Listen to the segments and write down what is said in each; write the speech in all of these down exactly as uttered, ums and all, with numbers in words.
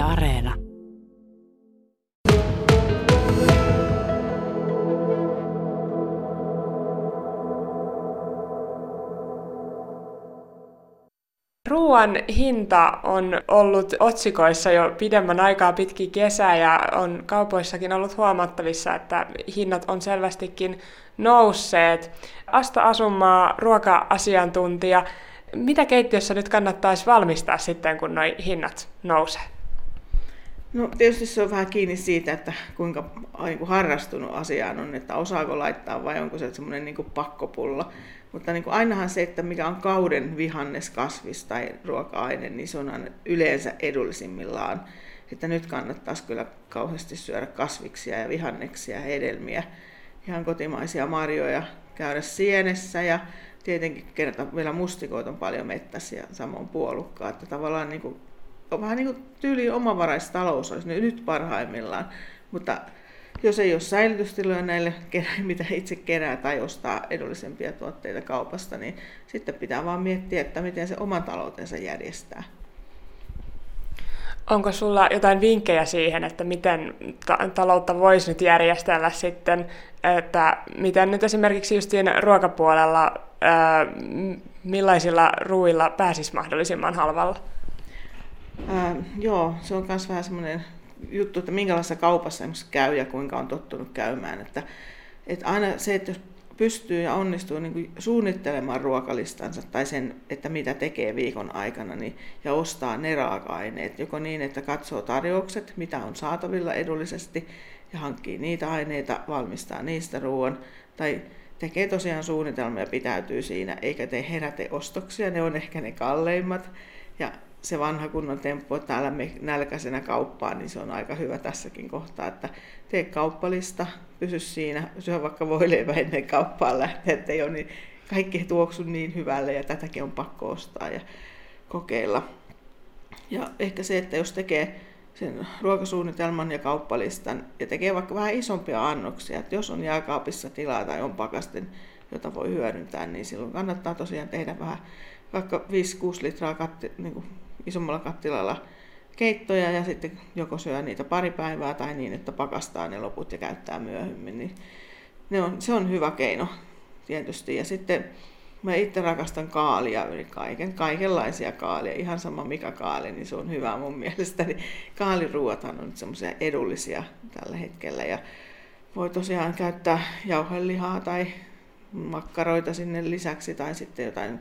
Areena. Ruoan hinta on ollut otsikoissa jo pidemmän aikaa pitkin kesää ja on kaupoissakin ollut huomattavissa, että hinnat on selvästikin nousseet. Asta Asunmaa, ruoka-asiantuntija. Mitä keittiössä nyt kannattaisi valmistaa sitten, kun nuo hinnat nousee? No tietysti se on vähän kiinni siitä, että kuinka niin kuin harrastunut asiaan on, että osaako laittaa vai onko se semmoinen niin kuin pakkopulla. Mutta niin kuin ainahan se, että mikä on kauden vihannes, kasvis tai ruoka-aine, niin se on yleensä edullisimmillaan. Että nyt kannattaisi kyllä kauheasti syödä kasviksia ja vihanneksia ja hedelmiä, ihan kotimaisia marjoja, käydä sienessä ja tietenkin kerta vielä mustikoita on paljon mettässä ja samoin puolukkaa. Että tavallaan niin kuin, on vähän niin kuin tyyliin omavaraistalous olisi nyt parhaimmillaan, mutta jos ei ole säilytystiloja näille, mitä itse kerää tai ostaa edullisempia tuotteita kaupasta, niin sitten pitää vaan miettiä, että miten se oman taloutensa järjestää. Onko sulla jotain vinkkejä siihen, että miten ta- taloutta voisi nyt järjestellä sitten, että miten nyt esimerkiksi just siinä ruokapuolella, ää, millaisilla ruuilla pääsisi mahdollisimman halvalla? Ää, joo, se on myös vähän semmoinen juttu, että minkälaisessa kaupassa käy ja kuinka on tottunut käymään. Että, että aina se, että jos pystyy ja onnistuu niin kuin suunnittelemaan ruokalistansa tai sen, että mitä tekee viikon aikana niin, ja ostaa ne raaka-aineet, joko niin, että katsoo tarjoukset, mitä on saatavilla edullisesti ja hankkii niitä aineita, valmistaa niistä ruoan tai tekee tosiaan suunnitelmia ja pitäytyy siinä, eikä tee heräteostoksia, ne on ehkä ne kalleimmat. Ja se vanha kunnon temppu, että täällä me nälkäisenä kauppaan, niin se on aika hyvä tässäkin kohtaa, että tee kauppalista, pysy siinä, syö vaikka voileivä ennen kauppaan lähteä, ettei ole niin, kaikki tuoksu niin hyvälle ja tätäkin on pakko ostaa ja kokeilla. Ja ehkä se, että jos tekee sen ruokasuunnitelman ja kauppalistan ja tekee vaikka vähän isompia annoksia, että jos on jääkaapissa tilaa tai on pakasten, jota voi hyödyntää, niin silloin kannattaa tosiaan tehdä vähän vaikka viisi kuusi litraa katti, niin kuin isommalla kattilalla keittoja ja sitten joko syö niitä pari päivää tai niin, että pakastaa ne loput ja käyttää myöhemmin. Niin ne on, se on hyvä keino tietysti. Ja sitten mä itse rakastan kaalia yli kaiken, kaikenlaisia kaalia, ihan sama mikä kaali, niin se on hyvä mun mielestä. Niin kaaliruothan on semmoisia edullisia tällä hetkellä ja voi tosiaan käyttää jauhelihaa tai makkaroita sinne lisäksi tai sitten jotain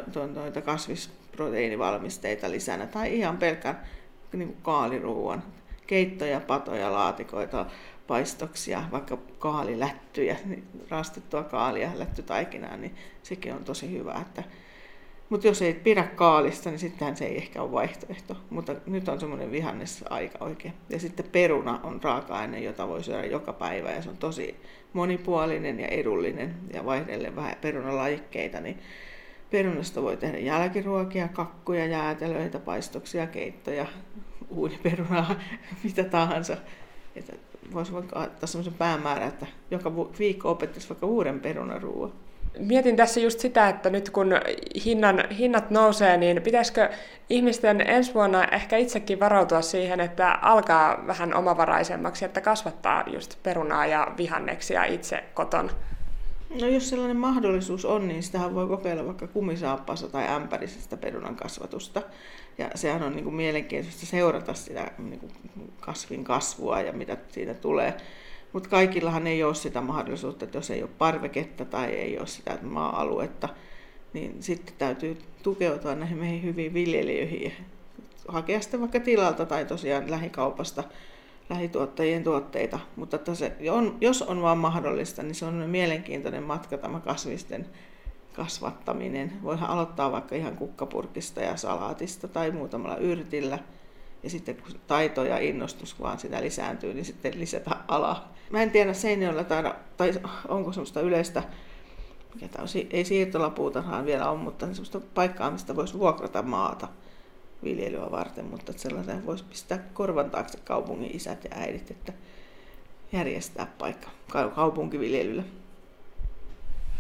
kasvisproteiinivalmisteita lisänä tai ihan pelkän niin kuin kaaliruuan, keittoja, patoja, laatikoita, paistoksia, vaikka kaalilättyjä, niin raastettua kaalia lättytaikinaa, niin sekin on tosi hyvä. Että, mutta jos ei pidä kaalista, niin sittenhän se ei ehkä ole vaihtoehto, mutta nyt on semmoinen vihannesaika oikein. Ja sitten peruna on raaka-aine, jota voi syödä joka päivä ja se on tosi monipuolinen ja edullinen ja vaihdellen vähän perunalajikkeita, niin perunasta voi tehdä jälkiruokia, kakkuja, jäätelöitä, paistoksia, keittoja, uuniperunaa, mitä tahansa. Että voisi vaikka ottaa semmoisen päämäärän, että joka viikko opettaisi vaikka uuden perunaruuan. Mietin tässä just sitä, että nyt kun hinnan, hinnat nousee, niin pitäisikö ihmisten ensi vuonna ehkä itsekin varautua siihen, että alkaa vähän omavaraisemmaksi, että kasvattaa just perunaa ja vihanneksia itse kotona? No jos sellainen mahdollisuus on, niin sitähän voi kokeilla vaikka kumisaappaassa tai ämpärisestä perunan kasvatusta. Ja sehän on niin kuin mielenkiintoista seurata sitä niin kuin kasvin kasvua ja mitä siitä tulee. Mutta kaikillahan ei ole sitä mahdollisuutta, että jos ei ole parveketta tai ei ole sitä maa-aluetta, niin sitten täytyy tukeutua näihin meihin hyviin viljelijöihin ja hakea sitten vaikka tilalta tai tosiaan lähikaupasta lähituottajien tuotteita. Mutta että se on, jos on vaan mahdollista, niin se on mielenkiintoinen matka tämä kasvisten kasvattaminen. Voihan aloittaa vaikka ihan kukkapurkista ja salaatista tai muutamalla yrtillä. Ja sitten kun taito ja innostus vaan sitä lisääntyy, niin sitten lisätä alaa. Mä en tiedä Seinäjoella taida, tai onko semmoista yleistä, mikä tämä on, ei siirtolapuutarhaan vielä ole, mutta semmoista paikkaa, mistä voisi vuokrata maata viljelyä varten, mutta sellaisen voisi pistää korvan taakse kaupungin isät ja äidit, että järjestää paikka kaupunkiviljelyllä.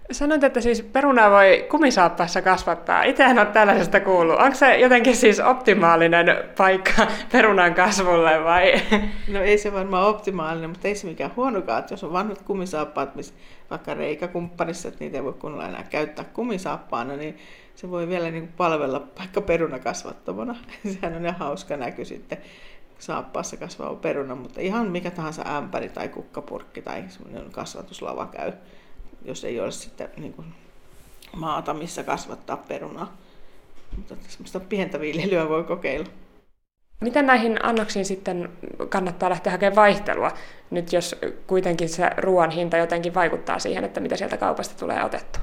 Sanoit, että siis perunaa voi kumisaappaassa kasvattaa. Itse en ole tällaisesta kuullut. Onko se jotenkin siis optimaalinen paikka perunan kasvulle vai? No ei se varmaan optimaalinen, mutta ei se mikään huonokaan. Että jos on vanhat kumisaappaat, missä vaikka reikäkumppanissa, että niitä ei voi kunnolla enää käyttää kumisaappaana, niin se voi vielä niin kuin palvella vaikka perunakasvattamana. Sehän on ihan hauska näky sitten saappaassa kasvava peruna, mutta ihan mikä tahansa ämpäri tai kukkapurkki tai semmoinen kasvatuslava käy, jos ei ole sitten niin kuin maata, missä kasvattaa perunaa. Mutta semmoista pientä viljelyä voi kokeilla. Miten näihin annoksiin sitten kannattaa lähteä hakemaan vaihtelua, nyt jos kuitenkin se ruoan hinta jotenkin vaikuttaa siihen, että mitä sieltä kaupasta tulee otettua?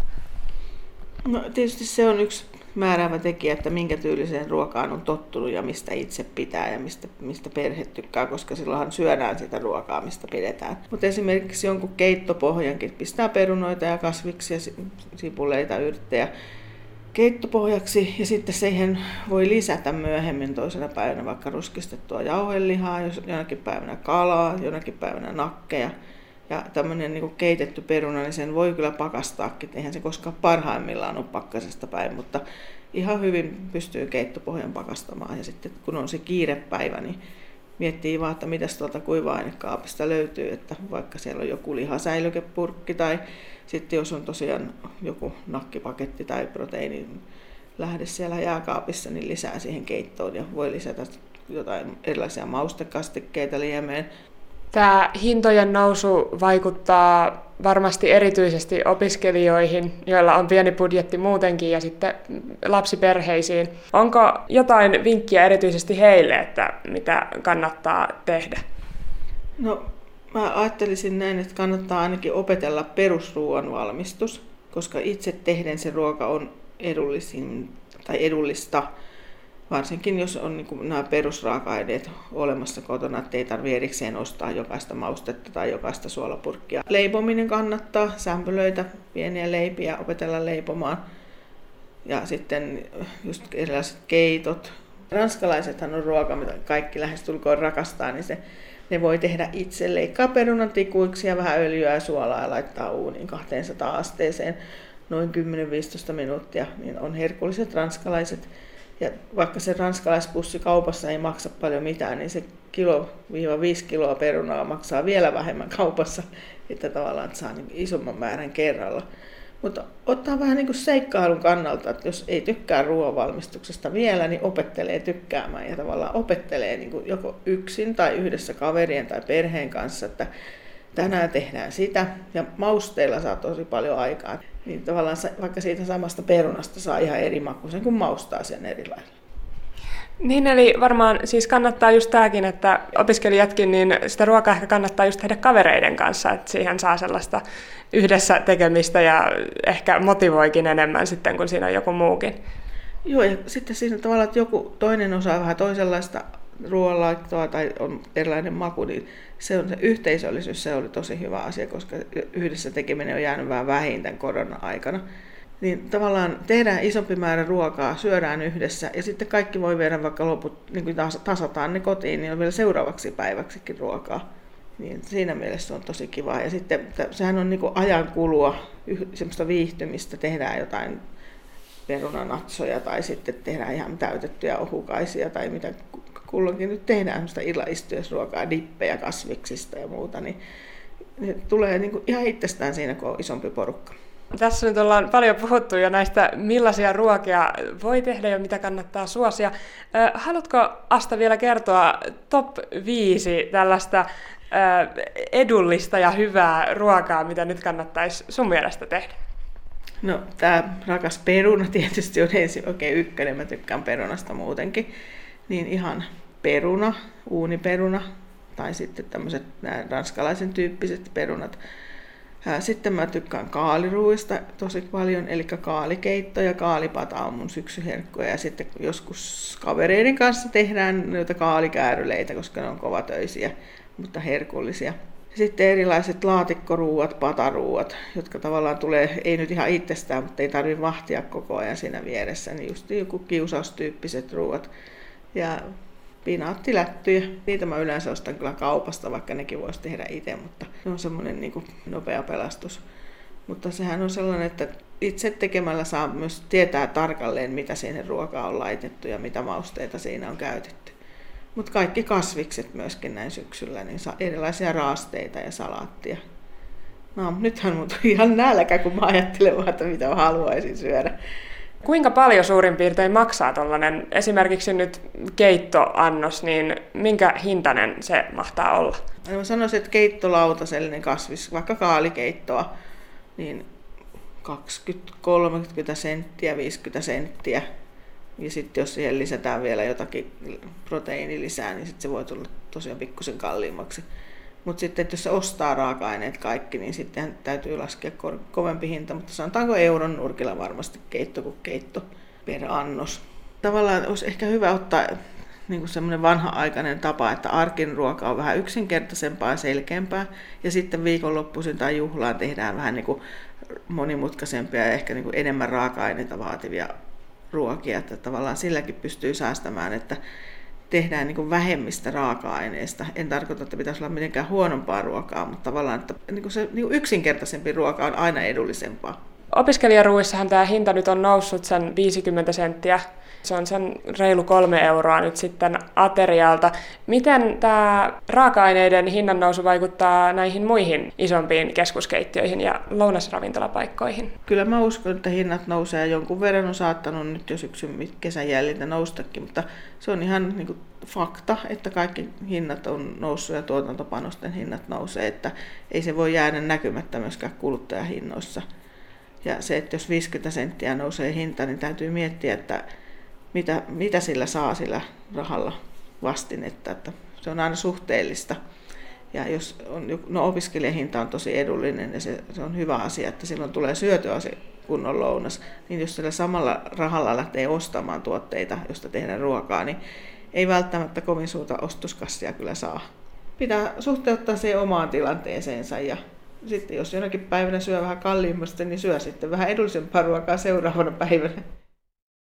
No tietysti se on yksi määräävä tekijä, että minkä tyyliseen ruokaan on tottunut ja mistä itse pitää ja mistä, mistä perhe tykkää, koska silloinhan syödään sitä ruokaa, mistä pidetään. Mutta esimerkiksi jonkun keittopohjankin pistää perunoita ja kasviksia, sipuleita, yrttejä keittopohjaksi ja sitten siihen voi lisätä myöhemmin toisena päivänä vaikka ruskistettua jauhelihaa, jonakin päivänä kalaa, jonakin päivänä nakkeja. Ja tämmöinen niin kuin keitetty peruna, niin sen voi kyllä pakastaakin. Eihän se koskaan parhaimmillaan ole pakkasesta päin, mutta ihan hyvin pystyy keittopohjan pakastamaan. Ja sitten kun on se kiirepäivä, niin miettii vaan, että mitäs tuolta kuiva-ainekaapista löytyy. Että vaikka siellä on joku lihasäilykepurkki tai sitten jos on tosiaan joku nakkipaketti tai proteiinin lähde siellä jääkaapissa, niin lisää siihen keittoon ja voi lisätä jotain erilaisia maustekastikkeita liemeen. Tämä hintojen nousu vaikuttaa varmasti erityisesti opiskelijoihin, joilla on pieni budjetti muutenkin, ja sitten lapsiperheisiin. Onko jotain vinkkiä erityisesti heille, että mitä kannattaa tehdä? No, mä ajattelisin näin, että kannattaa ainakin opetella perusruoan valmistus, koska itse tehden se ruoka on edullisin tai edullista. Varsinkin jos on niin kuin nämä perusraaka-aineet olemassa kotona, ettei tarvitse erikseen ostaa jokaista maustetta tai jokaista suolapurkkia. Leipominen kannattaa, sämpylöitä, pieniä leipiä, opetella leipomaan. Ja sitten just erilaiset keitot. Ranskalaisethan on ruoka, mitä kaikki lähestulkoon rakastaa, niin se, ne voi tehdä itse. Leikkaa perunan tikuiksi ja vähän öljyä ja suolaa ja laittaa uuniin kaksisataa asteeseen noin kymmenen viisitoista minuuttia. Niin on herkulliset ranskalaiset. Ja vaikka se ranskalaispussi kaupassa ei maksa paljon mitään, niin se kilo-viisi kiloa perunaa maksaa vielä vähemmän kaupassa, että tavallaan että saa niin isomman määrän kerralla. Mutta ottaa vähän niin kuin seikkailun kannalta, että jos ei tykkää ruoanvalmistuksesta vielä, niin opettelee tykkäämään ja tavallaan opettelee niin kuin joko yksin tai yhdessä kaverien tai perheen kanssa, että tänään tehdään sitä ja mausteilla saa tosi paljon aikaa. Niin tavallaan vaikka siitä samasta perunasta saa ihan eri makuisen, kun maustaa sen eri lailla. Niin, eli varmaan siis kannattaa just tämäkin, että opiskelijatkin, niin sitä ruokaa ehkä kannattaa just tehdä kavereiden kanssa, että siihen saa sellaista yhdessä tekemistä ja ehkä motivoikin enemmän sitten, kun siinä on joku muukin. Joo, ja sitten siinä tavallaan, että joku toinen osaa vähän toisenlaista ruoanlaittoa tai on erilainen maku, niin se on se yhteisöllisyys, se oli tosi hyvä asia, koska yhdessä tekeminen on jäänyt vähän vähin tämän korona-aikana. Niin tavallaan tehdään isompi määrä ruokaa, syödään yhdessä ja sitten kaikki voi viedä vaikka loput, niin kuin tasataan ne kotiin, niin on vielä seuraavaksi päiväksikin ruokaa. Niin siinä mielessä on tosi kiva. Ja sitten sehän on niin kuin ajan kulua, semmoista viihtymistä, tehdään jotain perunanatsoja tai sitten tehdään ihan täytettyjä ohukaisia tai mitä kulloinkin nyt tehdään semmoista illaistujaisruokaa, dippejä kasviksista ja muuta, niin ne tulee niin kuin ihan itsestään siinä, kun on isompi porukka. Tässä nyt ollaan paljon puhuttu jo näistä, millaisia ruokia voi tehdä ja mitä kannattaa suosia. Haluatko, Asta, vielä kertoa top viisi tällaista edullista ja hyvää ruokaa, mitä nyt kannattaisi sun mielestä tehdä? No, tämä rakas peruna tietysti on ensin oikein ykkönen. Mä tykkään perunasta muutenkin. Niin ihan peruna, uuniperuna tai sitten tämmöiset ranskalaisen tyyppiset perunat. Sitten mä tykkään kaaliruuista tosi paljon, eli kaalikeitto ja kaalipata on mun syksyherkkuja. Ja sitten joskus kavereiden kanssa tehdään noita kaalikääryleitä, koska ne on kovatöisiä, mutta herkullisia. Sitten erilaiset laatikkoruuat, pataruuat, jotka tavallaan tulee, ei nyt ihan itsestään, mutta ei tarvitse vahtia koko ajan siinä vieressä. Niin just joku kiusaustyyppiset ruuat ja pinaattilättyjä. Niitä mä yleensä ostan kyllä kaupasta, vaikka nekin voisi tehdä itse, mutta se on semmoinen niin kuin nopea pelastus. Mutta sehän on sellainen, että itse tekemällä saa myös tietää tarkalleen, mitä siihen ruokaan on laitettu ja mitä mausteita siinä on käytetty. Mutta kaikki kasvikset myöskin näin syksyllä, niin erilaisia raasteita ja salaattia. No, nythän mut on ihan nälkä, kun mä ajattelen vaan, että mitä mä haluaisin syödä. Kuinka paljon suurin piirtein maksaa tuollainen esimerkiksi nyt keittoannos, niin minkä hintainen se mahtaa olla? Mä sanoisin, että keittolautasellinen kasvis, vaikka kaalikeittoa, niin kaksikymmentä kolmekymmentä senttiä, viisikymmentä senttiä. Ja sitten jos siihen lisätään vielä jotakin proteiinilisää, niin sit se voi tulla tosiaan pikkusen kalliimmaksi. Mutta sitten, että jos se ostaa raaka-aineet kaikki, niin sitten täytyy laskea kovempi hinta. Mutta sanotaanko euron nurkilla varmasti keitto kuin keitto per annos. Tavallaan olisi ehkä hyvä ottaa niin kuin semmoinen vanha-aikainen tapa, että arkin ruoka on vähän yksinkertaisempaa ja selkeämpää. Ja sitten viikonloppuisin tai juhlaan tehdään vähän niin kuin monimutkaisempia ja ehkä niin kuin enemmän raaka-aineita vaativia ruokia. Että tavallaan silläkin pystyy säästämään, että tehdään niin kuin vähemmistä raaka-aineista. En tarkoita, että pitäisi olla mitenkään huonompaa ruokaa, mutta tavallaan että niin kuin se niin kuin yksinkertaisempi ruoka on aina edullisempaa. Opiskelijaruuissahan tämä hinta nyt on noussut sen viisikymmentä senttiä. Se on sen reilu kolme euroa nyt sitten aterialta. Miten tämä raaka-aineiden hinnan nousu vaikuttaa näihin muihin isompiin keskuskeittiöihin ja lounasravintolapaikkoihin? Kyllä mä uskon, että hinnat nousee. Jonkun verran on saattanut nyt jo syksyn kesän jäljiltä noustakin, mutta se on ihan niin kuin fakta, että kaikki hinnat on noussut ja tuotantopanosten hinnat nousee, että ei se voi jäädä näkymättä myöskään kuluttajahinnoissa. Ja se, että jos viisikymmentä senttiä nousee hinta, niin täytyy miettiä, että mitä, mitä sillä saa sillä rahalla vastinetta, että se on aina suhteellista. Ja jos on, no opiskelijahinta on tosi edullinen ja se, se on hyvä asia, että silloin tulee syötyä se kunnon lounas, niin jos sillä samalla rahalla lähtee ostamaan tuotteita, josta tehdään ruokaa, niin ei välttämättä kovin suurta ostoskassia kyllä saa. Pitää suhteuttaa se omaan tilanteeseensa ja sitten jos jonakin päivänä syö vähän kalliimmasta, niin syö sitten vähän edullisempaa ruokaa seuraavana päivänä.